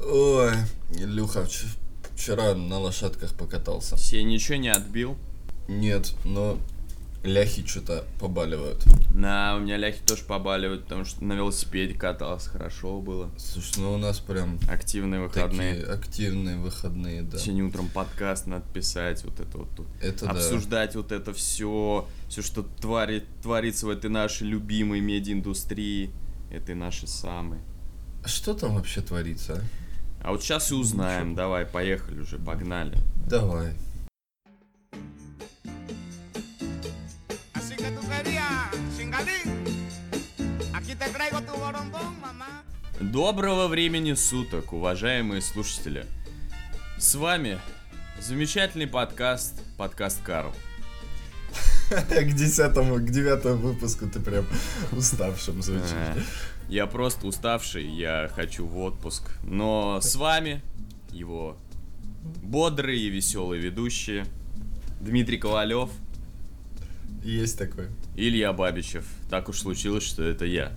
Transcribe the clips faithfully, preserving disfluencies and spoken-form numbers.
Ой, Илюха, вч- вчера на лошадках покатался. Себе ничего не отбил? Нет, но ляхи что-то побаливают. На, у меня ляхи тоже побаливают, потому что на велосипеде катался, хорошо было. Слушай, ну у нас прям Активные выходные. такие активные выходные, да. Сегодня утром подкаст надо писать, вот это вот тут. Это да. Обсуждать вот это все, все, что творит, творится в этой нашей любимой медиаиндустрии, этой нашей самой. А что там вообще творится, а? А вот сейчас и узнаем, Ничего. давай, поехали уже, погнали. Давай. Así que tú querías, chingalín. Aquí te traigo tu borombón, mamá. Доброго времени суток, уважаемые слушатели. С вами замечательный подкаст, подкаст Карл. К десятому, к девятому выпуску ты прям уставшим звучишь. А, Я просто уставший, я хочу в отпуск. Но с вами его бодрые и веселые ведущие Дмитрий Ковалев, Есть такой. Илья Бабичев. Так уж случилось, что это я.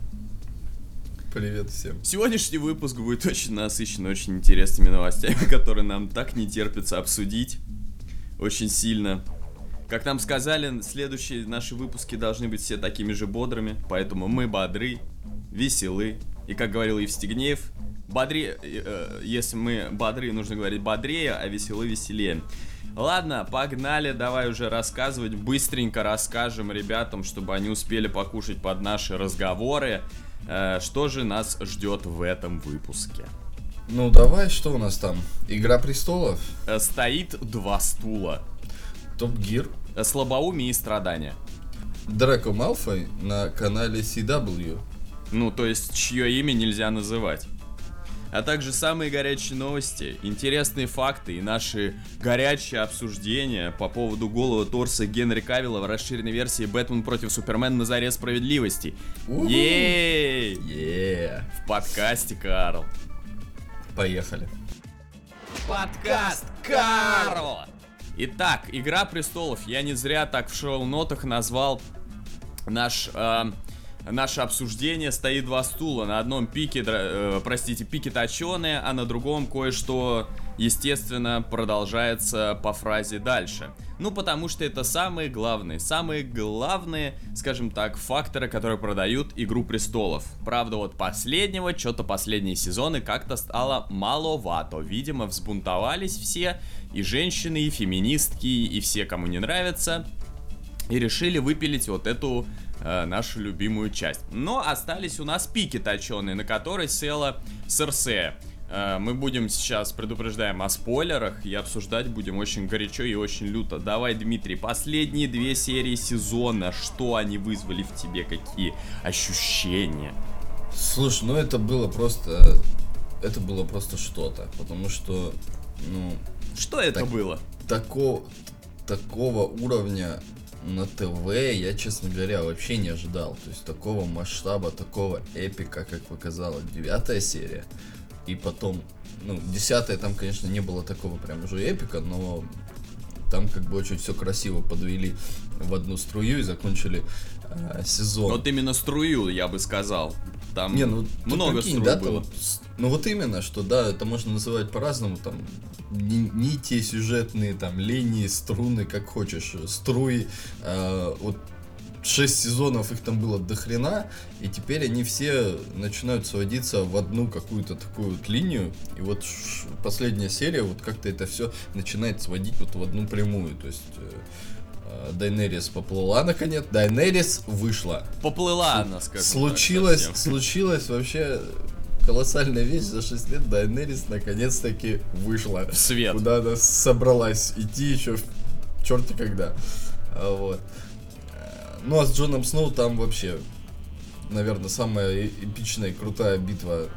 Привет всем. Сегодняшний выпуск будет очень насыщен, очень интересными новостями, которые нам так не терпится обсудить. Очень сильно. Как нам сказали, следующие наши выпуски должны быть все такими же бодрыми, поэтому мы бодры, веселы. И как говорил Евстигнеев, бодре, э, если мы бодры, нужно говорить бодрее, а веселы веселее. Ладно, погнали, давай уже рассказывать. Быстренько расскажем ребятам, чтобы они успели покушать под наши разговоры. Э, что же нас ждет в этом выпуске? Ну давай, что у нас там? Игра престолов? Э, стоит два стула. Топ Гир? Э, слабоумие и страдания. Драко Малфой на канале си дабл ю. Ну, то есть, чье имя нельзя называть. А также самые горячие новости, интересные факты и наши горячие обсуждения по поводу голого торса Генри Кавилла в расширенной версии «Бэтмен против Супермена на заре справедливости». У-ху. Ей! Е, В подкасте, Карл. поехали. Подкаст Карл! Итак, «Игра престолов». Я не зря так в шоу-нотах назвал наш... э, Наше обсуждение. Стоит два стула. На одном пике, э, простите, пике точеные, а на другом кое-что, естественно, продолжается по фразе дальше. Ну, потому что это самые главные, самые главные, скажем так, факторы, которые продают «Игру престолов». Правда, вот последнего, что-то последние сезоны как-то стало маловато. Видимо, взбунтовались все, и женщины, и феминистки, и все, кому не нравится, и решили выпилить вот эту э, нашу любимую часть. Но остались у нас пики точеные, на которой села Серсея. Э, мы будем сейчас, предупреждаем о спойлерах, и обсуждать будем очень горячо и очень люто. Давай, Дмитрий, последние две серии сезона, что они вызвали в тебе, какие ощущения? Слушай, ну это было просто... Это было просто что-то. Потому что, ну... Что это Так- было? Такого, такого уровня на ТВ я, честно говоря, вообще не ожидал. То есть такого масштаба, такого эпика, как показала девятая серия. И потом, ну, десятая там, конечно, не было такого прям уже эпика, но там как бы очень все красиво подвели в одну струю и закончили э, сезон. Вот именно струю, я бы сказал. Там Не, ну ты много прикинь, струй да, было. там, с- ну вот именно, что да, это можно называть по-разному, там ни- нити сюжетные, там линии, струны, как хочешь, струи. э, вот шесть сезонов их там было до хрена, и теперь они все начинают сводиться в одну какую-то такую вот линию, и вот ш- последняя серия вот как-то это все начинает сводить вот в одну прямую, то есть э, э, Дайнерис поплыла наконец, Дайнерис вышла. Поплыла она, скажем Случилось, так, совсем. случилось вообще колоссальная вещь. За шесть лет Дайнерис наконец-таки вышла. В свет. Куда она собралась идти еще в черти когда. А, Вот. Э, Ну а с Джоном Сноу там вообще, наверное, самая э- эпичная и крутая битва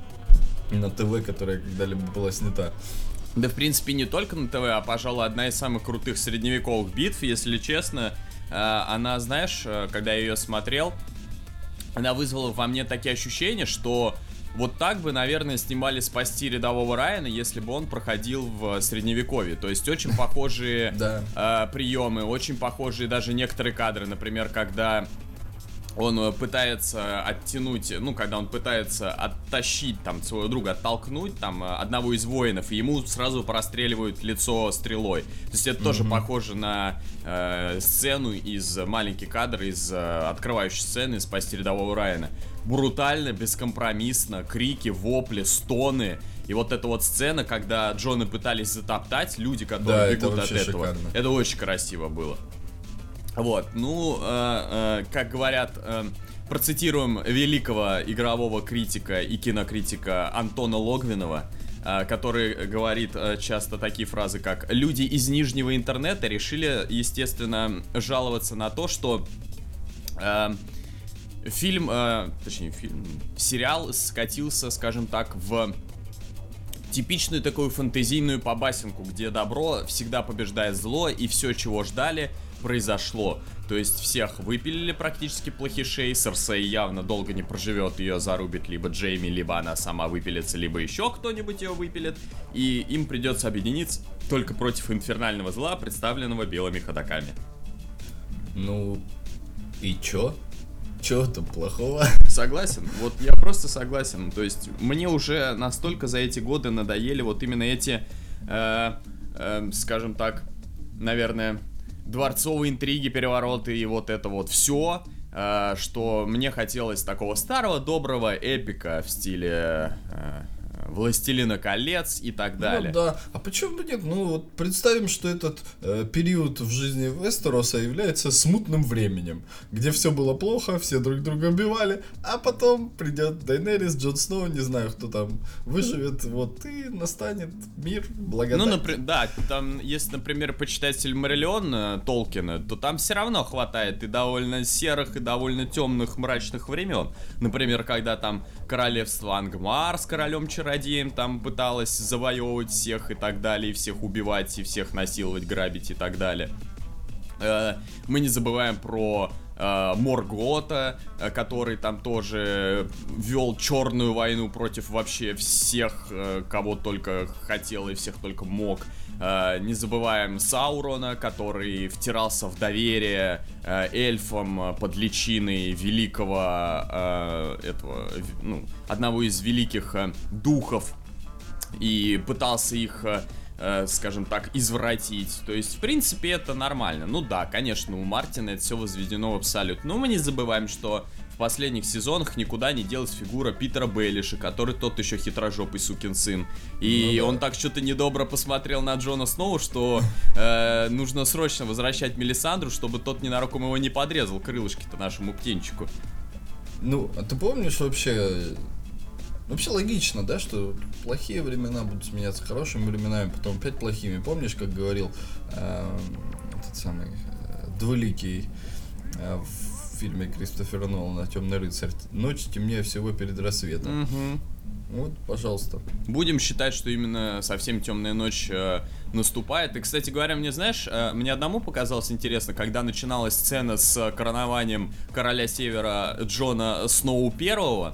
на ТВ, которая когда-либо была снята. Да, в принципе, не только на ТВ, а, пожалуй, одна из самых крутых средневековых битв, если честно. Э, Она, знаешь, э, когда я ее смотрел, она вызвала во мне такие ощущения, что вот так бы, наверное, снимали «Спасти рядового Райана», если бы он проходил в Средневековье. То есть очень похожие Да. э, приемы, очень похожие даже некоторые кадры. Например, когда он э, пытается оттянуть, ну, когда он пытается оттащить там своего друга, оттолкнуть там э, одного из воинов, и ему сразу простреливают лицо стрелой. То есть это mm-hmm. тоже похоже на э, сцену из маленький кадр из э, открывающей сцены «Спасти рядового Райана». Брутально, бескомпромиссно, крики, вопли, стоны. И вот эта вот сцена, когда Джона пытались затоптать, люди, которые да, бегут это от этого. шикарно. Это очень красиво было. Вот, ну, э, э, как говорят, э, процитируем великого игрового критика и кинокритика Антона Логвинова, э, который говорит э, часто такие фразы, как «Люди из нижнего интернета решили, естественно, жаловаться на то, что э, фильм, э, точнее фильм, сериал скатился, скажем так, в типичную такую фэнтезийную побасенку, где добро всегда побеждает зло, и все, чего ждали, произошло. То есть всех выпилили практически плохишей, Серсей явно долго не проживет, ее зарубит либо Джейми, либо она сама выпилится, либо еще кто-нибудь ее выпилит, и им придется объединиться только против инфернального зла, представленного белыми ходоками. Ну, и чё? Чё тут плохого? Согласен, вот я просто согласен. То есть мне уже настолько за эти годы надоели вот именно эти, э, э, скажем так, наверное, дворцовые интриги, перевороты и вот это вот все, э, что мне хотелось такого старого доброго эпика в стиле э, Властелина колец и так далее. Ну да, а почему бы нет? Ну вот представим, что этот э, период в жизни Вестероса является смутным временем, где все было плохо, все друг друга убивали, а потом придет Дайнерис, Джон Сноу, не знаю, кто там выживет, вот, и настанет мир, благодать. Ну, например, да, там, если, например, почитать Сильмариллион э, Толкина, то там все равно хватает и довольно серых, и довольно темных, мрачных времен. Например, когда там королевство Ангмар с королем чародеем там пыталось завоевывать всех и так далее, и всех убивать, и всех насиловать, грабить и так далее. Э, мы не забываем про э, Моргота, э, который там тоже вел черную войну против вообще всех, э, кого только хотел и всех только мог. Uh, не забываем Саурона, который втирался в доверие uh, эльфам под личиной великого uh, этого, ну, одного из великих uh, духов и пытался их, uh, скажем так, извратить. То есть, в принципе, это нормально. Ну да, конечно, у Мартина это все возведено в абсолют. Но мы не забываем, что в последних сезонах никуда не делась фигура Питера Бейлиша, который тот еще хитрожопый сукин сын. И ну, да. он так что-то недобро посмотрел на Джона Сноу, что э, нужно срочно возвращать Мелисандру, чтобы тот ненароком его не подрезал крылышки-то нашему птенчику. Ну, а ты помнишь вообще... Вообще логично, да, что плохие времена будут сменяться хорошими временами, потом опять плохими. Помнишь, как говорил э, этот самый э, двуликий э, в в фильме Кристофера Нолана «Темный рыцарь»: ночь темнее всего перед рассветом. Угу. Вот, пожалуйста. Будем считать, что именно совсем темная ночь э, наступает. И, кстати говоря, мне, знаешь, э, мне одному показалось интересно, когда начиналась сцена с коронованием короля Севера Джона Сноу Первого,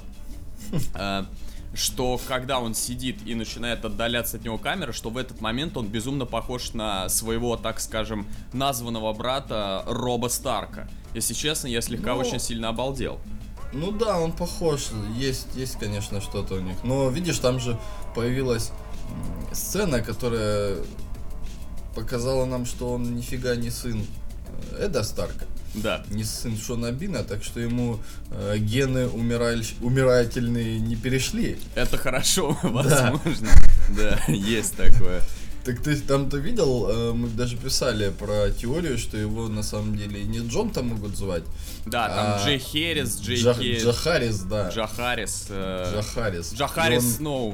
э, что когда он сидит и начинает отдаляться от него камера, что в этот момент он безумно похож на своего, так скажем, названного брата Роба Старка. Если честно, я слегка ну, очень сильно обалдел. Ну да, он похож, есть, есть, конечно, что-то у них. Но видишь, там же появилась сцена, которая показала нам, что он нифига не сын Эда Старка. Да. Не сын Шона Бина, так что ему э, гены умираль... умирательные не перешли. Это хорошо, возможно. Да, есть такое. Так ты там-то видел, э, мы даже писали про теорию, что его на самом деле не Джон там могут звать. Да, там а Джей Хэрис, Джей Джа- Хе... Джахарис, да. Джахарис. Э... Джахарис. Джахарис он... Сноу.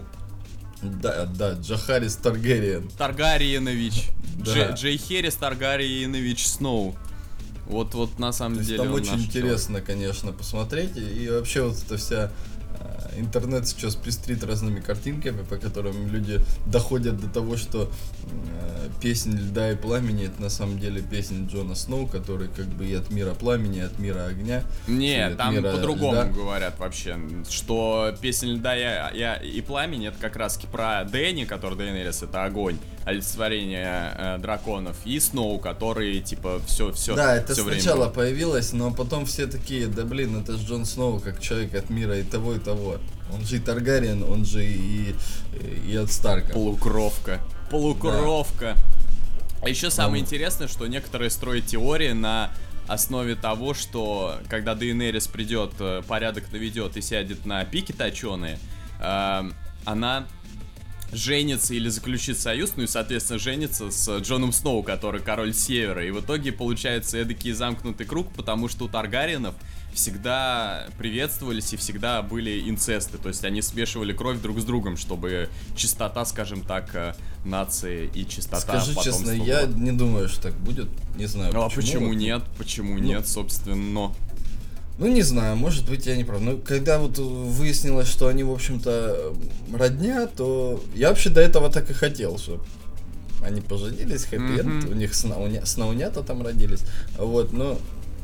Да, да, Джахарис Таргариен. Таргариенович. Да. Дж... Джей Хэрис Таргариенович Сноу. Вот, вот на самом То деле. Там очень интересно, человек. конечно, посмотреть. И, и вообще вот эта вся э, интернет сейчас пестрит разными картинками, по которым люди доходят до того, что э, песнь «Льда и пламени» — это на самом деле песня Джона Сноу, который как бы и от мира пламени, и от мира огня. Нет, там по-другому льда. говорят вообще, что песня «Льда и, и, и пламени» — это как раз про Дэнни, который Дейенерис — это огонь. олицетворение э, драконов, и Сноу, который, типа, все, все, Да, это все сначала время... появилось, но потом все такие, да блин, это же Джон Сноу, как человек от мира и того, и того. Он же и Таргариен, он же и, и от Старка. Полукровка. Полукровка. А еще самое Ну. интересное, что некоторые строят теории на основе того, что когда Дейенерис придет, э, порядок наведет и сядет на пике точеные, э, она женится или заключит союз, ну и, соответственно, женится с Джоном Сноу, который король Севера. И в итоге получается эдакий замкнутый круг, потому что у Таргариенов всегда приветствовались и всегда были инцесты. То есть они смешивали кровь друг с другом, чтобы чистота, скажем так, э, нации и чистота Скажи потомства честно, я была. не думаю, что так будет. Не знаю, Ну а почему. почему Вот. нет? Почему Ну, нет, собственно? Ну, не знаю, может быть, я не прав. Но когда вот выяснилось, что они, в общем-то, родня, то я вообще до этого так и хотел, что они поженились, хэппи-энд, Мгм. у них снауня- снаунята там родились. Вот, но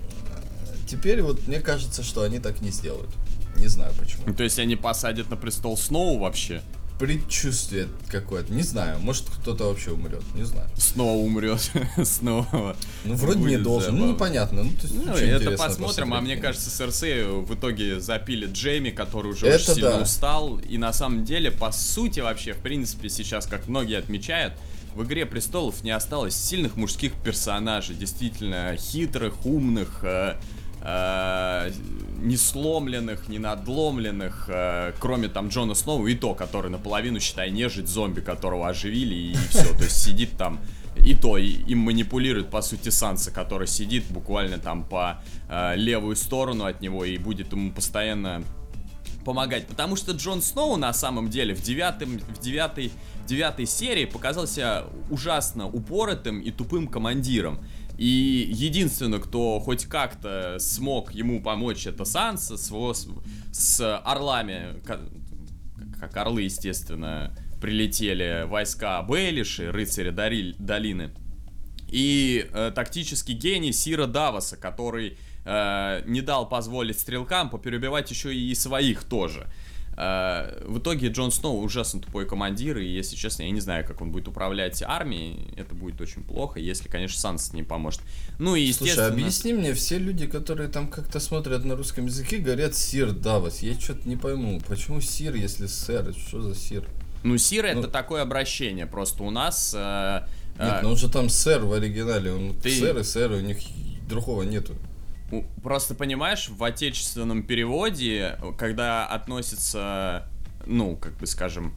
теперь вот мне кажется, что они так не сделают. Не знаю почему. Ну, то есть они посадят на престол Сноу вообще? Предчувствие какое-то, не знаю, может кто-то вообще умрет, не знаю. Снова умрет. Снова. Ну, вроде не Будет должен, забавно. ну, непонятно. Ну, то есть, Ну, очень это интересно посмотрим, а посмотреть. мне кажется, Серсею в итоге запилит Джейми, который уже Это очень сильно да. устал. И на самом деле, по сути вообще, в принципе, сейчас, как многие отмечают, в «Игре престолов» не осталось сильных мужских персонажей, действительно хитрых, умных, э, э, не сломленных, не надломленных, э, кроме там Джона Сноу и то, который наполовину, считай, нежить зомби, которого оживили, и все, то есть сидит там. И то, и, им манипулирует, по сути, Санса, который сидит буквально там по э, левую сторону от него и будет ему постоянно помогать. Потому что Джон Сноу, на самом деле, в, девятом, в девятой, девятой серии показался ужасно упоротым и тупым командиром. И единственный, кто хоть как-то смог ему помочь, это Санса с, его- с, с орлами, как, как орлы, естественно, прилетели войска Бейлиши, рыцаря Дари- долины, и э, тактический гений Сира Давоса, который э, не дал позволить стрелкам поперебивать еще и своих тоже. Э, в итоге Джон Сноу ужасно тупой командир, и, если честно, я не знаю, как он будет управлять армией. Это будет очень плохо, если, конечно, Санс не поможет. Ну и, естественно... Слушай, объясни мне, все люди, которые там как-то смотрят на русском языке, говорят Сир Давос. Я что-то не пойму, почему Сир, если сэр? Что за Сир? Ну, Сир Ну- это такое обращение, просто у нас... э, Нет, э, ну он же там сэр в оригинале, он Ты- сэр и сэр, у них другого нету. У- Просто понимаешь, в отечественном переводе, когда относится, ну, как бы скажем,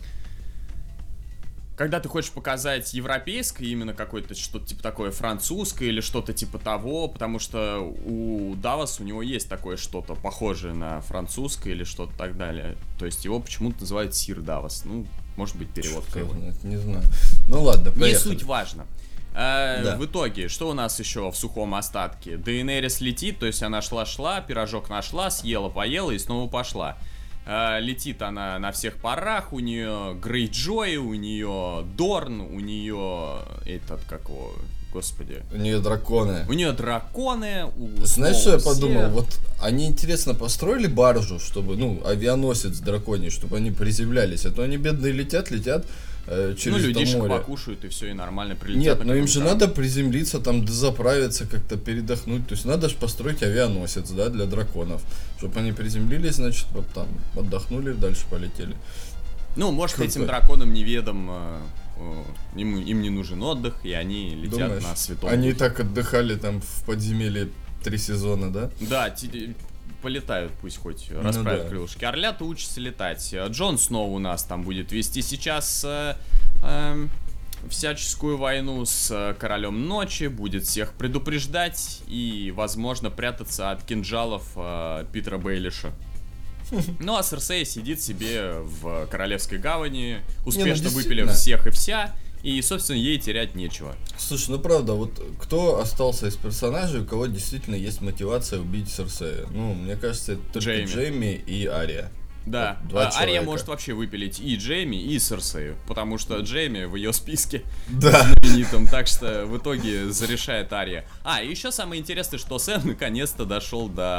когда ты хочешь показать европейское, именно какое-то что-то типа такое французское или что-то типа того, потому что у Давос, у него есть такое что-то похожее на французское или что-то так далее. То есть его почему-то называют Сир Давос. Ну, может быть, перевод Кто кривой. знает, не знаю. Ну ладно, Не поехали. суть важно. Э, Да. В итоге, что у нас еще в сухом остатке? Дейенерис летит, то есть она шла-шла, пирожок нашла, съела, поела и снова пошла. Э, Летит она на всех парах, у нее Грейджой, у нее Дорн, у нее этот, как его, господи, У нее драконы. у нее драконы, у Знаешь, что я Сноу подумал? все. Вот они, интересно, построили баржу, чтобы, ну, авианосец драконий, чтобы они приземлялись. А то они бедные летят, летят э, Ну, через это людишек море. покушают и все, и нормально прилетят. Нет, на но им же каком-то- надо приземлиться, там дозаправиться, как-то передохнуть. То есть надо же построить авианосец, да, для драконов. Чтобы они приземлились, значит, вот там отдохнули, дальше полетели. Ну, может, Какой? этим драконам неведом, э, э, им, им не нужен отдых, и они летят Думаешь? на святом. Они и духе. так отдыхали там в подземелье три сезона, да? Да, ти- полетают, пусть хоть Ну расправят да. крылышки. Орлята учатся летать. Э, Джон Сноу у нас там будет вести сейчас э, эм, всяческую войну с э, Королем Ночи, будет всех предупреждать и, возможно, прятаться от кинжалов э, Питера Бейлиша. Ну а Серсея сидит себе в Королевской гавани, успешно выпилив действительно. всех и вся, и, собственно, ей терять нечего. Слушай, ну правда, вот кто остался из персонажей, у кого действительно есть мотивация убить Серсея? Ну, мне кажется, это только Джейми. Джейми, и Ария. Да, Вот два а, Ария человека. может вообще выпилить и Джейми, и Серсею, потому что Джейми в ее списке Да. знаменитом, так что в итоге зарешает Ария. А, и еще самое интересное, что Сэм наконец-то дошел до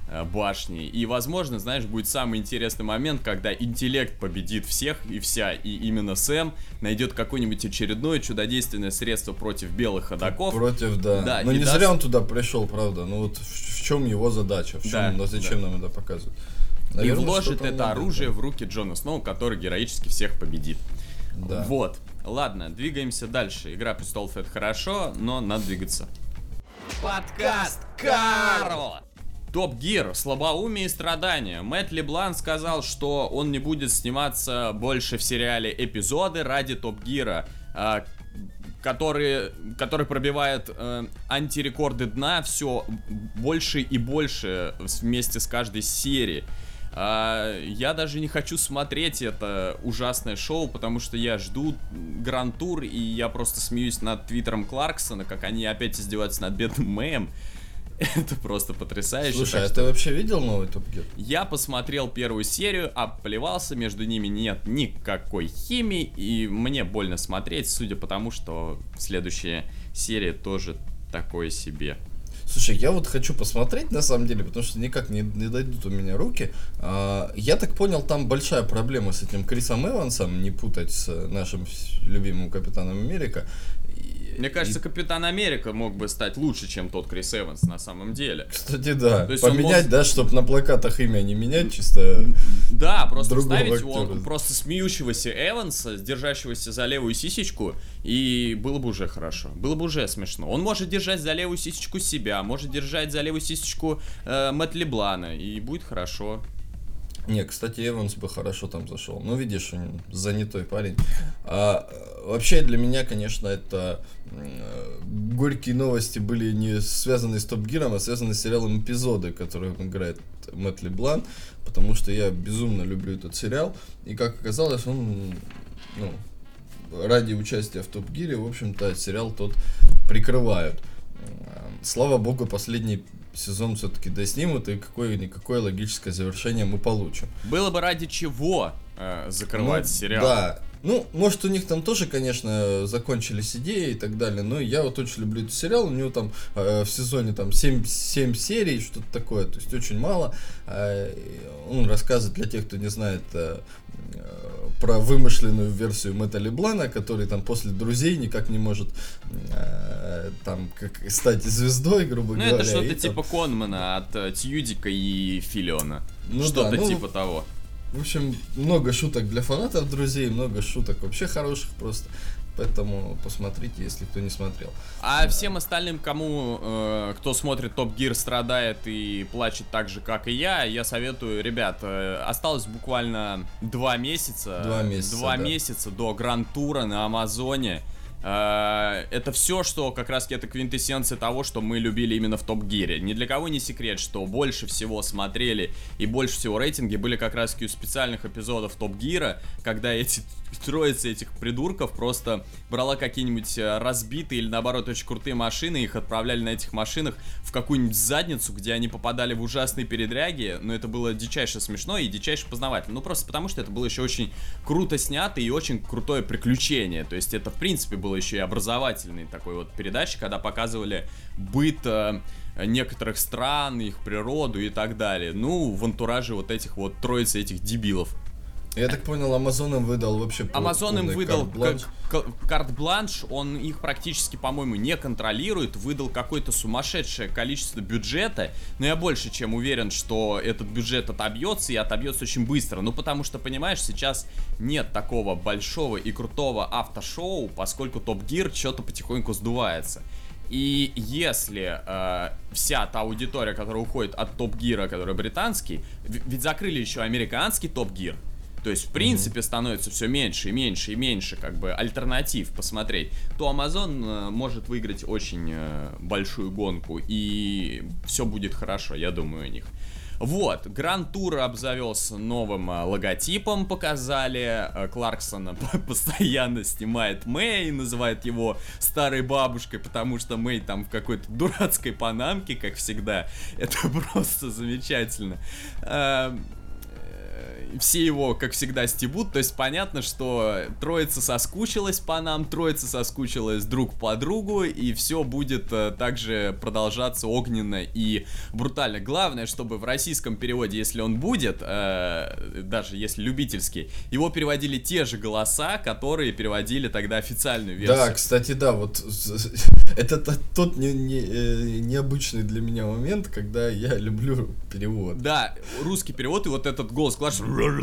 э, башни. И, возможно, знаешь, будет самый интересный момент, когда интеллект победит всех и вся, и именно Сэм найдет какое-нибудь очередное чудодейственное средство против белых ходоков. Против, да. Да, Но и не даст- зря он туда пришел, правда. Ну вот в, в чем его задача, в чем, Да, ну, зачем да. нам это показывать? И Наверное, вложит что-то он это найдет, оружие да. в руки Джона Сноу, который героически всех победит. Да. Вот. Ладно, двигаемся дальше. Игра престолов — это хорошо, но надо двигаться. Подкаст Карл! Топ Гир, слабоумие и страдания. Мэтт Леблан сказал, что он не будет сниматься больше в сериале «Эпизоды» ради Топ Гира, а, который, который пробивает э, антирекорды дна все больше и больше вместе с каждой серией. А, я даже не хочу смотреть это ужасное шоу, потому что я жду Гранд Тур, и я просто смеюсь над твиттером Кларксона, как они опять издеваются над бедным Мэем. Это просто потрясающе. Слушай, так а что ты вообще видел новый Топ Гир? я посмотрел первую серию, оплевался, между ними нет никакой химии, и мне больно смотреть, судя по тому, что следующая серия тоже такое себе. Слушай, я вот хочу посмотреть на самом деле, потому что никак не, не дойдут у меня руки. А, я так понял, там большая проблема с этим Крисом Эвансом, не путать с нашим любимым Капитаном Америка. И- Мне кажется, и, Капитан Америка мог бы стать лучше, чем тот Крис Эванс на самом деле. кстати, да. То есть он Поменять, мог- да, чтобы на плакатах имя не менять, чисто. Да, просто Другого ставить актера. его просто смеющегося Эванса, держащегося за левую сисечку, и было бы уже хорошо. Было бы уже смешно. Он может держать за левую сисечку себя, может держать за левую сисечку э, Мэтт Леблана, и будет хорошо. Не, кстати, Эванс бы хорошо там зашел. Ну, видишь, он занятой парень. А, вообще, для меня, конечно, это э, горькие новости были не связаны с Топ Гиром, а связаны с сериалом «Эпизоды», который играет Мэтт Леблан, потому что я безумно люблю этот сериал. И, как оказалось, он, ну, ради участия в Топ Гире, в общем-то, сериал тот прикрывают. Слава богу, последний сезон все-таки доснимут, и какое-никакое логическое завершение мы получим. Было бы ради чего э, закрывать Ну, сериал. Да. Ну, может, у них там тоже, конечно, закончились идеи и так далее, но я вот очень люблю этот сериал. У него там э, в сезоне там семь, семь серий, что-то такое, то есть очень мало. Э, он рассказывает для тех, кто не знает, э, э, про вымышленную версию Мэтта Леблана, который там после «Друзей» никак не может э, там как стать звездой, грубо Ну, говоря. это что-то и там- типа Конмана от э, Тьюдика и Филиона. Ну что-то да, ну, типа того. В общем, много шуток для фанатов «Друзей», много шуток вообще хороших просто. Поэтому посмотрите, если кто не смотрел. А всем остальным, кому, э, кто смотрит Топ Гир, страдает и плачет так же, как и я, я советую, ребят, э, осталось буквально два месяца. Два месяца, Два да. месяца до Гранд-тура на Амазоне. Э, это все, что как раз это квинтэссенция того, что мы любили именно в Топ Гире. Ни для кого не секрет, что больше всего смотрели и больше всего рейтинги были как раз у специальных эпизодов Топ Гира, когда эти троица этих придурков просто брала какие-нибудь э, разбитые или наоборот очень крутые машины, их отправляли на этих машинах в какую-нибудь задницу, где они попадали в ужасные передряги, но это было дичайше смешно и дичайше познавательно. Ну просто потому, что это было еще очень круто снято и очень крутое приключение. То есть это в принципе было еще и образовательной такой вот передачей, когда показывали быт э, некоторых стран, их природу и так далее. Ну, в антураже вот этих вот троицы этих дебилов. Я так понял, Amazon им выдал вообще Amazon им полный выдал карт-бланш. к- к- карт-бланш, он их практически, по-моему, не контролирует, выдал какое-то сумасшедшее количество бюджета, но я больше чем уверен, что этот бюджет отобьется и отобьется очень быстро, ну потому что, понимаешь, сейчас нет такого большого и крутого автошоу, поскольку Топ Гир что-то потихоньку сдувается. И если э, вся та аудитория, которая уходит от Топ Гира, который британский, в- ведь закрыли еще американский Топ Гир, то есть, в принципе, становится все меньше и меньше и меньше, как бы, альтернатив посмотреть, то Amazon э, может выиграть очень э, большую гонку, и все будет хорошо, я думаю, у них. Вот, Гранд Тур обзавелся новым э, логотипом, показали, э, Кларксона постоянно снимает Мэй, называет его старой бабушкой, потому что Мэй там в какой-то дурацкой панамке, как всегда, это просто замечательно. Э, все его, как всегда, стебут. То есть понятно, что троица соскучилась по нам, троица соскучилась друг по другу, и все будет э, также продолжаться огненно и брутально. Главное, чтобы в российском переводе, если он будет, э, даже если любительский, его переводили те же голоса, которые переводили тогда официальную версию. Да, кстати, да, вот это тот не, не, э, необычный для меня момент, когда я люблю перевод. Да, русский перевод и вот этот голос класс.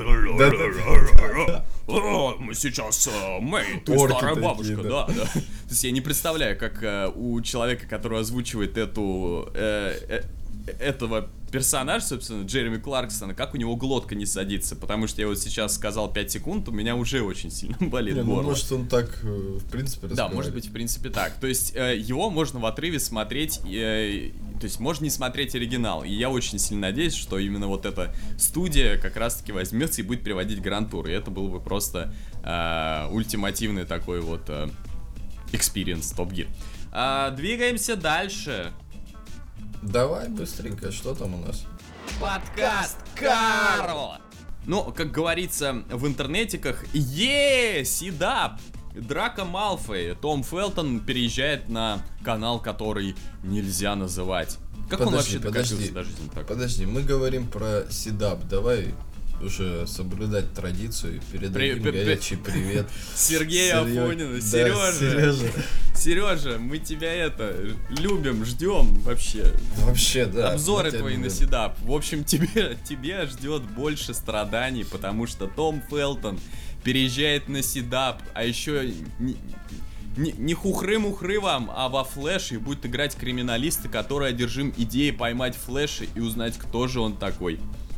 Мы сейчас Мэй, ты Орки старая такие, бабушка, да. да, да. То есть я не представляю, как э, у человека, который озвучивает эту э, э, этого персонажа, собственно, Джереми Кларксона, как у него глотка не садится, потому что я вот сейчас сказал пять секунд, у меня уже очень сильно болит Не, ну, горло. может, он так, э, в принципе, Да, разговаривает. может быть, в принципе, так. То есть, э, его можно в отрыве смотреть, э, то есть, можно не смотреть оригинал. И я очень сильно надеюсь, что именно вот эта студия как раз-таки возьмется и будет переводить Гранд-тур. И это был бы просто э, ультимативный такой вот экспириенс Top Gear. А, двигаемся дальше. Давай быстренько, что там у нас? Подкаст Карл! Ну, как говорится в интернетиках, е сидап! Драко Малфой, Том Фелтон переезжает на канал, который нельзя называть. Как он Подожди, вообще докатился подожди. до жизни так? Подожди, мы говорим про Сидап, давай уже соблюдать традицию, передадим При- при- горячий привет. Сергей Серё- Афонин, да, Сережа, Сережа. Сережа, мы тебя это любим, ждем вообще. Вообще, да. Обзоры мы тебя твои на любим. седап. В общем, тебе, тебе ждет больше страданий, потому что Том Фелтон переезжает на седап, а еще не, не, не хухры-мухры вам, а во Флэш и будет играть криминалиста, который одержим идеей поймать Флэша и узнать, кто же он такой.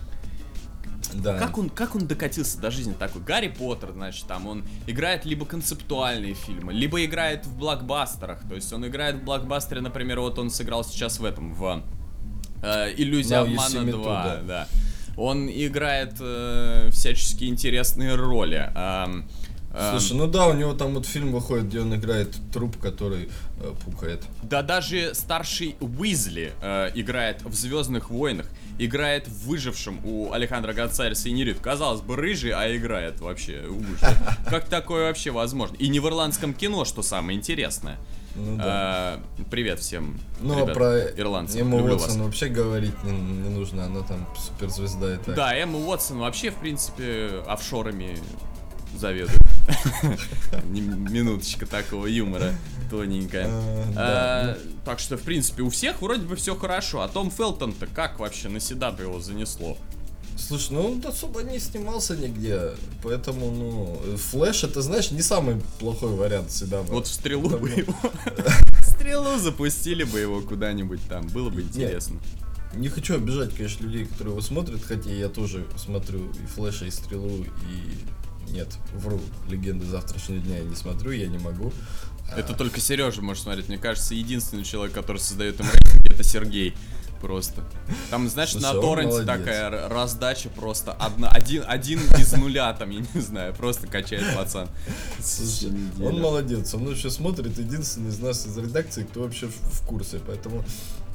Да. Как он, как он докатился до жизни такой? Гарри Поттер, значит, там он играет либо концептуальные фильмы, либо играет в блокбастерах. То есть он играет в блокбастере, например, вот он сыграл сейчас в этом, в э, «Иллюзия No, обмана Yosemite, два». да. Да. Он играет э, всяческие интересные роли. Эм, эм, Слушай, ну да, у него там вот фильм выходит, где он играет труп, который э, пукает. Да даже старший Уизли э, играет в «Звездных войнах», играет в «Выжившем» у Алехандро Гонсалеса Иньярриту. Казалось бы, рыжий, а играет вообще ужас. Как такое вообще возможно? И не в ирландском кино, что самое интересное. Ну да. Э, привет всем, Ну а ребят, про ирландцам. Эмму Люблю Уотсон вас. вообще говорить не, не нужно, она там суперзвезда и так. Да, Эмма Уотсон вообще, в принципе, офшорами заведует. Ни- Минуточка такого юмора тоненькая. А, да, А, Так что, в принципе, у всех вроде бы все хорошо. А Том Фелтон-то как вообще на седап его занесло? Слушай, ну он особо не снимался нигде, поэтому, ну, Флэш, это, знаешь, не самый плохой вариант всегда. Вот в стрелу Там, бы ну, его. Стрелу запустили бы его куда-нибудь там. Было бы интересно. Не хочу обижать, конечно, людей, которые его смотрят, хотя я тоже смотрю и Флэша, и Стрелу, и... Нет, вру, Легенды завтрашнего дня я не смотрю, я не могу. Это только Сережа может смотреть. Мне кажется, единственный человек, который создает им рейтинг, это Сергей. Просто. Там, знаешь, Слушай, на он торренте молодец. такая р- раздача просто одна, один, один из нуля, там, я не знаю, просто качает пацан. Слушай, Неделя. он молодец, он вообще смотрит, единственный из нас из редакции, кто вообще в, в курсе, поэтому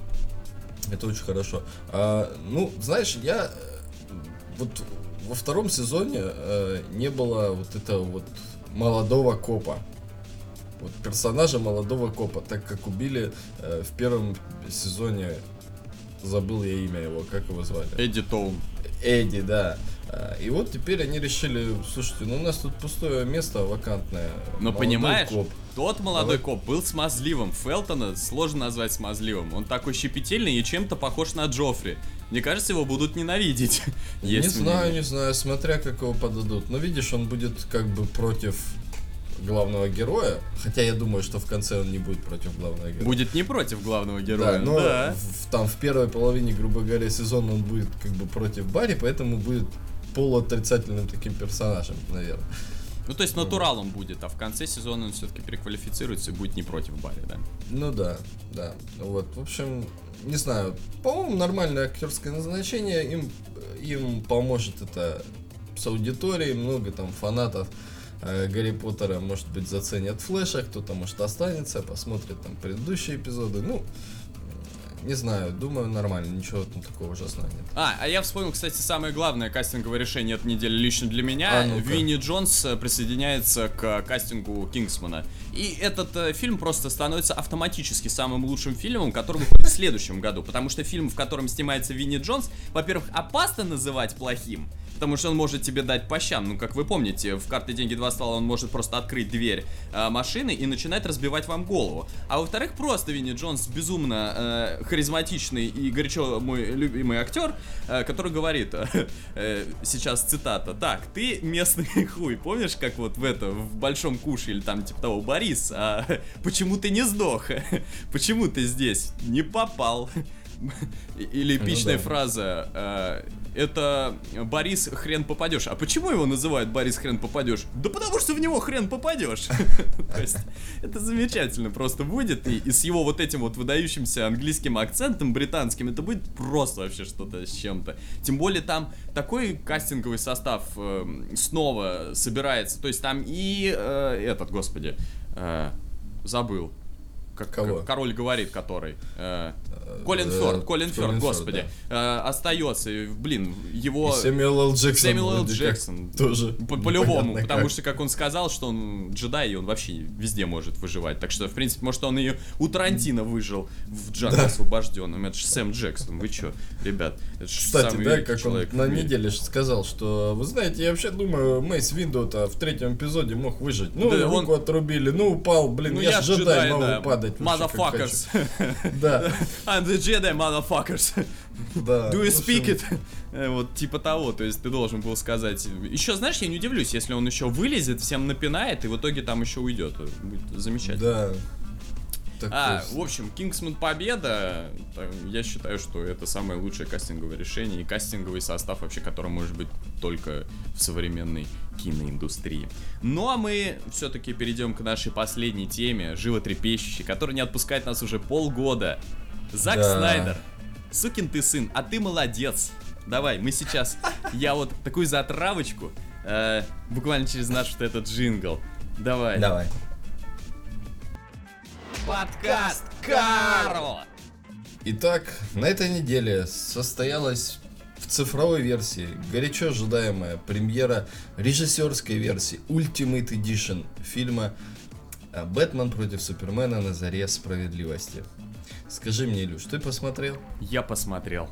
это очень хорошо. А, ну, знаешь, я э, вот во втором сезоне э, не было вот этого вот молодого копа. Вот персонажа молодого копа, так как убили э, в первом сезоне, забыл я имя его, как его звали? Эдди Тоун. Эдди, да. А, И вот теперь они решили, слушайте, ну у нас тут пустое место вакантное. Но Молодой понимаешь, коп. тот молодой Давай. коп был смазливым. Фелтона сложно назвать смазливым. Он такой щепетильный и чем-то похож на Джоффри. Мне кажется, его будут ненавидеть. Не Есть знаю, мнение. не знаю, смотря как его подадут. Но видишь, он будет как бы против главного героя. Хотя я думаю, что в конце он не будет против главного героя. Будет не против главного Да, героя. но Да. в- там в первой половине, грубо говоря, сезона он будет как бы против Барри, поэтому будет полуотрицательным таким персонажем, наверное. Ну, то есть натуралом будет, а в конце сезона он все-таки переквалифицируется и будет не против Барри, да? Ну да, да. Вот, в общем, не знаю. По-моему, нормальное актерское назначение. Им, им поможет это с аудиторией. Много там фанатов э, Гарри Поттера, может быть, заценят Флэша. Кто-то, может, останется, посмотрит там предыдущие эпизоды. Ну, не знаю, думаю, нормально, ничего там такого ужасного нет. А, а я вспомнил, кстати, самое главное кастинговое решение этой недели лично для меня. А, ну-ка. Винни Джонс э, присоединяется к кастингу Кингсмана. И этот э, фильм просто становится автоматически самым лучшим фильмом, который выходит в следующем году. Потому что фильм, в котором снимается Винни Джонс, во-первых, опасно называть плохим, потому что он может тебе дать по щам. Ну, как вы помните, в «Карты, деньги, два ствола» он может просто открыть дверь э, машины и начинать разбивать вам голову. А во-вторых, просто Винни Джонс безумно э, харизматичный и горячо мой любимый актер, э, который говорит, э, э, сейчас цитата: «Так, ты местный хуй, помнишь, как вот в это, в Большом Куше или там типа того, Борис, а почему ты не сдох? Почему ты здесь? Не попал». Или эпичная ну, да. фраза э, это Борис хрен попадешь. А почему его называют Борис хрен попадешь? Да потому что в него хрен попадешь. То есть это замечательно просто будет. И, и с его вот этим вот выдающимся английским акцентом британским это будет просто вообще что-то с чем-то. Тем более там такой кастинговый состав э, снова собирается. То есть там и э, этот, господи, э, забыл. Как, Кого? Король говорит, который. Э, Колин Фёрд, Колин Фёрд, Колин господи. Фёрд, э, остается, блин, его... И Сэмюэл Л. Джексон. Сэмюэл Л. вроде как Джексон. Тоже. По- По-любому, непонятно потому как. что, как он сказал, что он джедай, и он вообще везде может выживать. Так что, в принципе, может, он и у Тарантино выжил в «Джанго освобожденном». Это же Сэм Джексон, вы чё, ребят? Это ж Кстати, самый да, великий как человек он в на мире. неделе ж сказал, что, вы знаете, я вообще думаю, Мейс Виндоу-то в третьем эпизоде мог выжить. Ну, Да, руку он- отрубили, ну, упал, блин, Ну, я, я ж ж джедай, джедай, могу да. падать. вообще, как Motherfuckers. хочу. Да, I'm the Jedi, motherfuckers. да. Do you в speak общем, it? Э, Вот типа того, то есть ты должен был сказать. Еще, знаешь, я не удивлюсь, если он еще вылезет, всем напинает, и в итоге там еще уйдет. Будет замечательно. Да. Так А, вот. в общем, Кингсман победа. Так, я считаю, что это самое лучшее кастинговое решение и кастинговый состав вообще, который может быть только в современной киноиндустрии. Ну а мы все-таки перейдем к нашей последней теме, животрепещущей, которая не отпускает нас уже полгода. Зак Да. Снайдер. Сукин ты сын, а ты молодец. Давай, мы сейчас, я вот такую затравочку, э, буквально через наш вот этот джингл. Давай. Давай. Подкаст Карл. Итак, на этой неделе состоялась в цифровой версии горячо ожидаемая премьера режиссерской версии Ultimate Edition фильма «Бэтмен против Супермена на заре справедливости». Скажи мне, Илюш, ты посмотрел? Я посмотрел.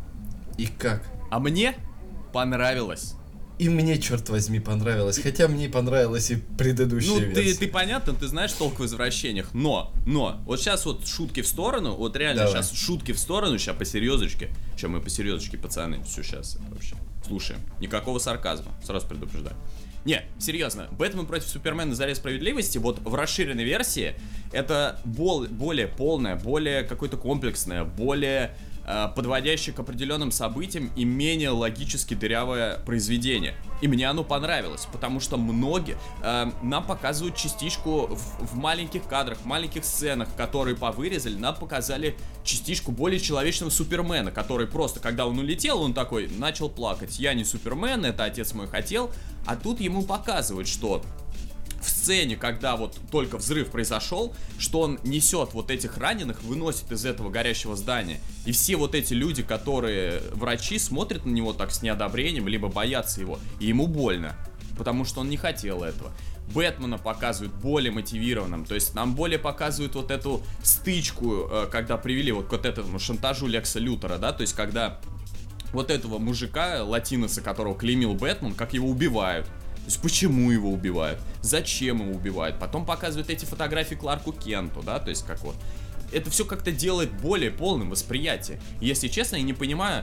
И как? А мне понравилось. И мне, черт возьми, понравилось. Хотя мне понравилась и предыдущая Ну, версия. ты, ты понятно, ты знаешь толк в извращениях, но, но, вот сейчас вот шутки в сторону, вот реально Давай. сейчас шутки в сторону, сейчас по серьезочке. Сейчас мы по серьезочке, пацаны, все сейчас это вообще. Слушаем. Никакого сарказма, сразу предупреждаю. Не, серьезно, «Бэтмен против Супермена на заре справедливости» вот в расширенной версии это бол- более полное, более какое-то комплексное, более э, подводящее к определенным событиям и менее логически дырявое произведение. И мне оно понравилось, потому что многие э, нам показывают частичку в, в маленьких кадрах, в маленьких сценах, которые повырезали, нам показали частичку более человечного Супермена, который просто, когда он улетел, он такой начал плакать. Я не Супермен, это отец мой хотел. А тут ему показывают, что в сцене, когда вот только взрыв произошел, что он несет вот этих раненых, выносит из этого горящего здания. И все вот эти люди, которые врачи, смотрят на него так с неодобрением, либо боятся его. И ему больно, потому что он не хотел этого. Бэтмена показывают более мотивированным, то есть нам более показывают вот эту стычку, когда привели вот к вот этому шантажу Лекса Лютера, да, то есть когда вот этого мужика, латиноса, которого клеймил Бэтмен, как его убивают. То есть почему его убивают, зачем его убивают. Потом показывают эти фотографии Кларку Кенту, да, то есть как вот. Это все как-то делает более полным восприятие. И, если честно, я не понимаю,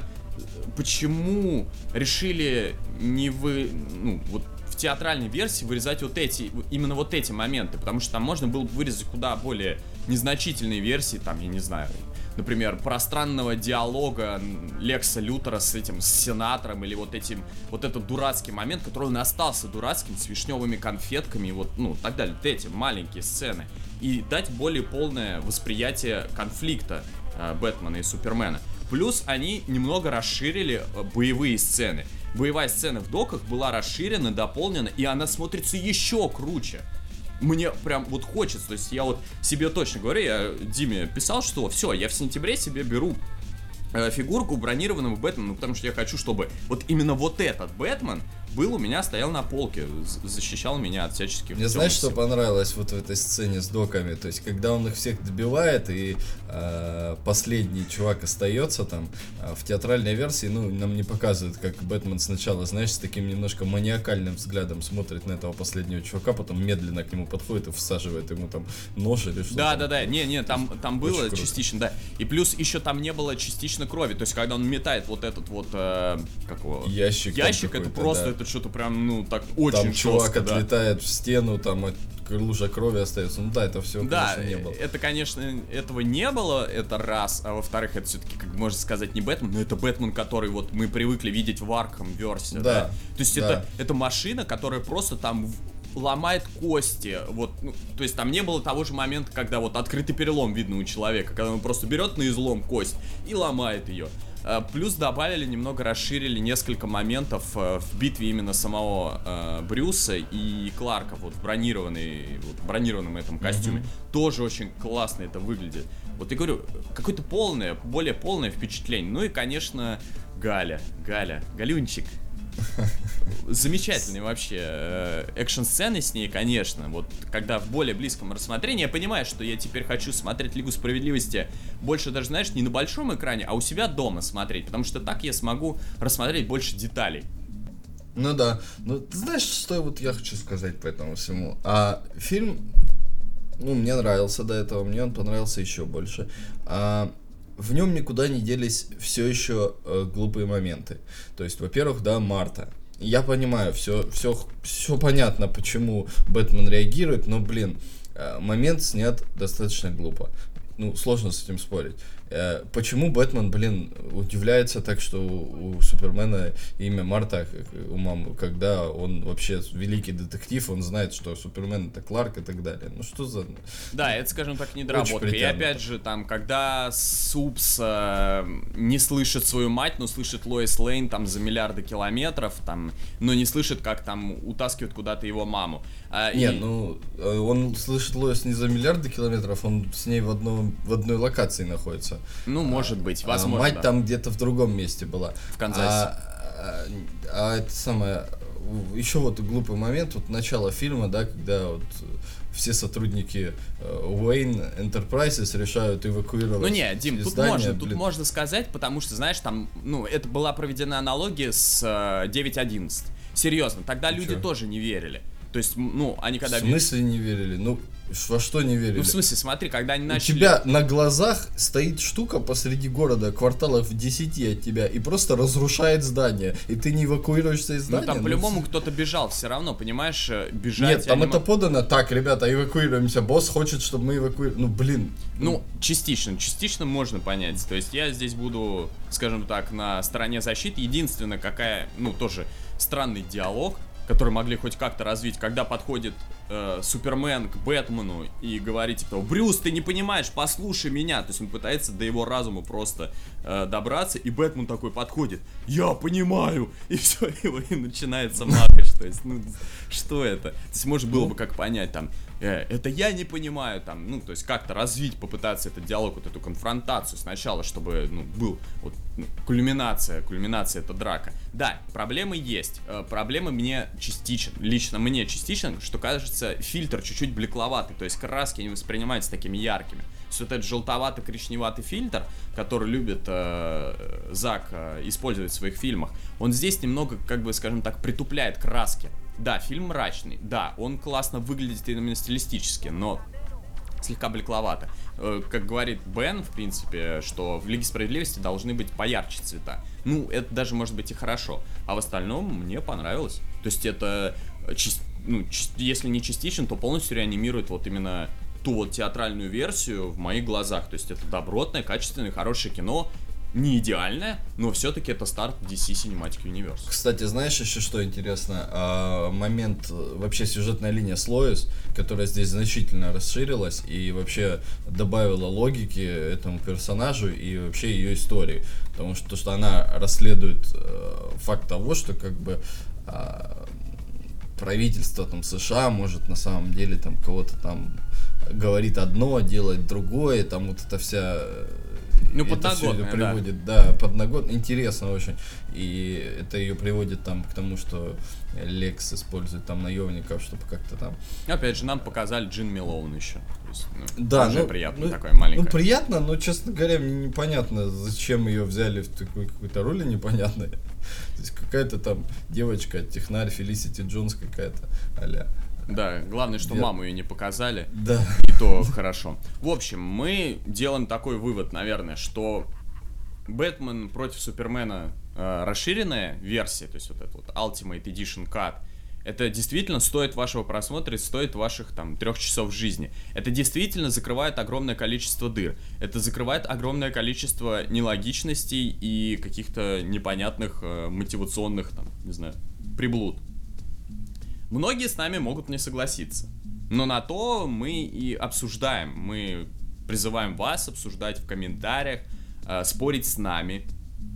почему решили не вы, ну, вот в театральной версии вырезать вот эти, именно вот эти моменты, потому что там можно было бы вырезать куда более незначительные версии, там, я не знаю, например, пространного диалога Лекса Лютера с этим, с сенатором, или вот этим, вот этот дурацкий момент, который он остался дурацким, с вишневыми конфетками, и вот, ну, так далее, вот эти маленькие сцены, и дать более полное восприятие конфликта э, Бэтмена и Супермена. Плюс они немного расширили э, боевые сцены. Боевая сцена в доках была расширена, дополнена, и она смотрится еще круче. мне прям вот хочется, то есть я вот себе точно говорю, я Диме писал, что все, я в сентябре себе беру э, фигурку бронированного Бэтмена, ну, потому что я хочу, чтобы вот именно вот этот Бэтмен был у меня, стоял на полке, защищал меня от всяческих... Мне знаешь, что понравилось вот в этой сцене с доками? То есть, когда он их всех добивает, и э, последний чувак остается там, э, в театральной версии, ну, нам не показывают, как Бэтмен сначала, знаешь, с таким немножко маниакальным взглядом смотрит на этого последнего чувака, потом медленно к нему подходит и всаживает ему там нож или что-то. Да, да, да, не-не, там, там было круто. частично, да. И плюс еще там не было частично крови, то есть, когда он метает вот этот вот, э, как его... Ящик. Ящик, это просто, да. Это что-то прям, ну, так очень там жестко, чувак да. отлетает в стену, там лужа крови остается. Ну да, это все, да, конечно, не было. Это, конечно, этого не было, это раз. А во-вторых, это все-таки, как можно сказать, не Бэтмен, но это Бэтмен, который вот мы привыкли видеть в Арkham версии. Да. да. То есть да. это, это машина, которая просто там ломает кости. Вот, ну, то есть там не было того же момента, когда вот открытый перелом видно у человека, когда он просто берет на излом кость и ломает ее. Плюс добавили, немного расширили несколько моментов в битве именно самого э, Брюса и Кларка, вот в бронированной, вот, бронированном этом костюме. Mm-hmm. Тоже очень классно это выглядит. Вот я говорю, какое-то полное, более полное впечатление. Ну и, конечно, Галя, Галя, Галюнчик. Замечательные вообще экшн-сцены с ней, конечно. Вот когда в более близком рассмотрении, я понимаю, что я теперь хочу смотреть Лигу Справедливости больше даже, знаешь, не на большом экране, а у себя дома смотреть, потому что так я смогу рассмотреть больше деталей. Ну да, ну ты знаешь, что вот я хочу сказать по этому всему. А фильм, ну мне нравился до этого, мне он понравился еще больше. А в нем никуда не делись все еще э, глупые моменты. То есть, во-первых, да, Марта. Я понимаю, все, все, все понятно, почему Бэтмен реагирует, но, блин, э, момент снят достаточно глупо. Ну, сложно с этим спорить. Э, почему Бэтмен, блин, удивляется так, что у, у Супермена имя Марта у мамы, когда он вообще великий детектив, он знает, что Супермен это Кларк и так далее. Ну что за... Да, это, скажем так, недоработка. И опять же, там, когда Супс э, не слышит свою мать, но слышит Лоис Лейн там за миллиарды километров, там, но не слышит, как там утаскивают куда-то его маму. А, Нет, и... ну, он слышит Лоис не за миллиарды километров, он с ней в, одном, в одной локации находится. Ну, может быть, возможно. А мать там где-то в другом месте была. В Канзасе. А, а, а это самое... Еще вот глупый момент, вот начало фильма, да, когда вот все сотрудники Wayne Enterprises решают эвакуировать. Ну не, Дим, тут здание, можно, блин. тут можно сказать, потому что, знаешь, там, ну, это была проведена аналогия с э, девять одиннадцать. Серьезно, тогда Ты люди чё? тоже не верили. То есть, ну, они когда... В смысле не верили? Ну, во что не верили? Ну, в смысле, смотри, когда они начали... У тебя на глазах стоит штука посреди города, кварталов в десяти от тебя, и просто разрушает здание, и ты не эвакуируешься из здания? Ну, там ну, по-любому кто-то бежал, все равно, понимаешь, бежать... Нет, там они это мог- подано так, ребята, эвакуируемся, босс хочет, чтобы мы эвакуировали. Ну, блин. Ну, частично, частично можно понять. То есть я здесь буду, скажем так, на стороне защиты. Единственное, какая, ну, тоже странный диалог, который могли хоть как-то развить, когда подходит э, Супермен к Бэтмену и говорит, типа, Брюс, ты не понимаешь, послушай меня. То есть он пытается до его разума просто э, добраться, и Бэтмен такой подходит, я понимаю, и все, его и начинается махач. То есть, ну, что это? То есть можно было бы как понять, там, э, это я не понимаю, там, ну, то есть как-то развить, попытаться этот диалог, вот эту конфронтацию сначала, чтобы, ну, был вот, ну, кульминация, кульминация, это драка. Да, проблемы есть, э, проблемы мне частичен, лично мне частичен, что кажется, фильтр чуть-чуть блекловатый, то есть краски не воспринимаются такими яркими. То есть вот этот желтовато-коричневатый фильтр, который любит э, Зак э, использовать в своих фильмах, он здесь немного, как бы, скажем так, притупляет краски. Да, фильм мрачный, да, он классно выглядит именно стилистически, но слегка блекловато. Э, как говорит Бен, в принципе, что в Лиге Справедливости должны быть поярче цвета. Ну, это даже может быть и хорошо. А в остальном мне понравилось. То есть это, чис- ну, чис- если не частично, то полностью реанимирует вот именно ту вот театральную версию в моих глазах. То есть это добротное, качественное, хорошее кино. Не идеальное, но все-таки это старт ди си Cinematic Universe. Кстати, знаешь еще что интересно? А, момент, вообще сюжетная линия с Лоис, которая здесь значительно расширилась и вообще добавила логики этому персонажу и вообще ее истории. Потому что, то, что она расследует э, факт того, что как бы э, правительство там США может на самом деле там кого-то там говорит одно, делает другое, там вот эта вся... Ну, это подноготная, всё приводит, да, да подноготно, интересно очень. И это ее приводит там к тому, что Лекс использует там наемников, чтобы как-то там... Опять же, нам показали Джин Милоун еще. То есть, ну, да, уже ну, приятно ну, такое маленькое. Ну, приятно, но, честно говоря, мне непонятно, зачем ее взяли в такой какой-то роли непонятной. То есть какая-то там девочка, технарь, Фелисити Джонс какая-то, а-ля. Да, главное, что Я... маму ее не показали. Да. И то хорошо. В общем, мы делаем такой вывод, наверное, что Бэтмен против Супермена э, расширенная версия, то есть вот это вот Ultimate Edition Cut, это действительно стоит вашего просмотра и стоит ваших там трех часов жизни. Это действительно закрывает огромное количество дыр. Это закрывает огромное количество нелогичностей и каких-то непонятных э, мотивационных, там, не знаю, приблуд. Многие с нами могут не согласиться, но на то мы и обсуждаем. Мы призываем вас обсуждать в комментариях, э, спорить с нами.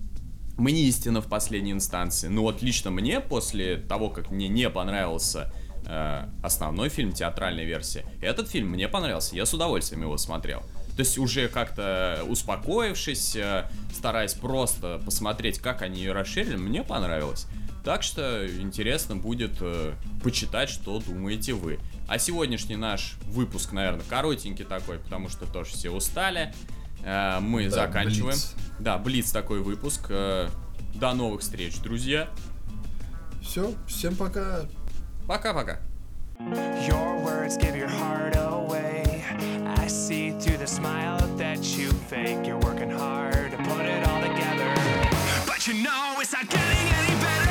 Мы не истина в последней инстанции. Ну вот лично мне, после того, как мне не понравился э, основной фильм, театральная версия, этот фильм мне понравился, я с удовольствием его смотрел. То есть уже как-то успокоившись, э, стараясь просто посмотреть, как они ее расширили, мне понравилось. Так что интересно будет э, почитать, что думаете вы. А сегодняшний наш выпуск, наверное, коротенький такой, потому что тоже все устали. Э, мы да, заканчиваем. блиц. Да, блиц такой выпуск. Э, до новых встреч, друзья. Все, всем пока. Пока-пока. Your words give your heart away. I see through the smile that you fake. You're working hard to put it all together, but you know it's not getting any better.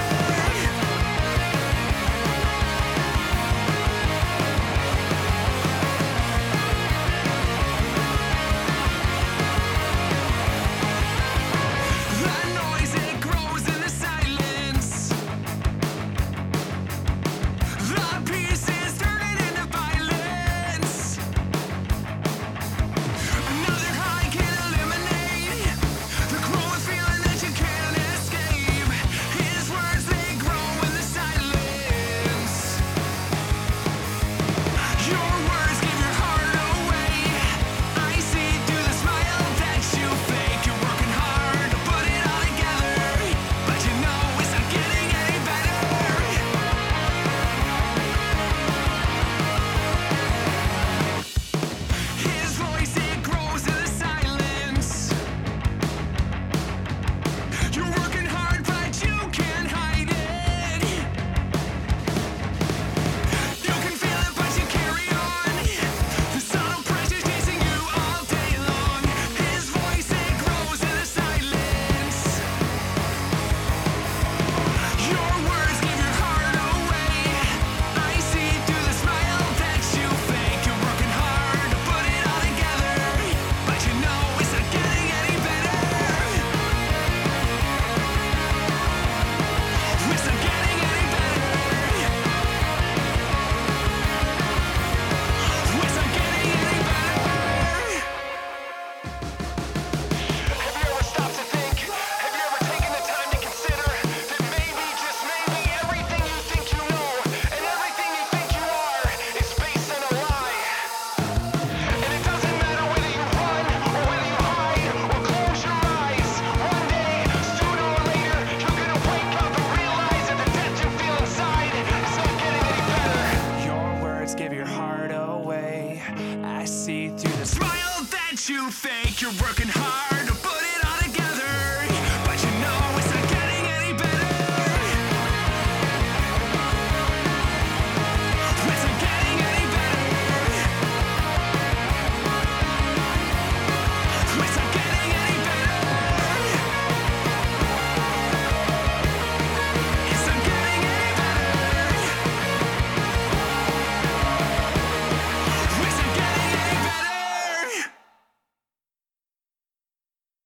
Give your heart away. I see through the smile that you fake.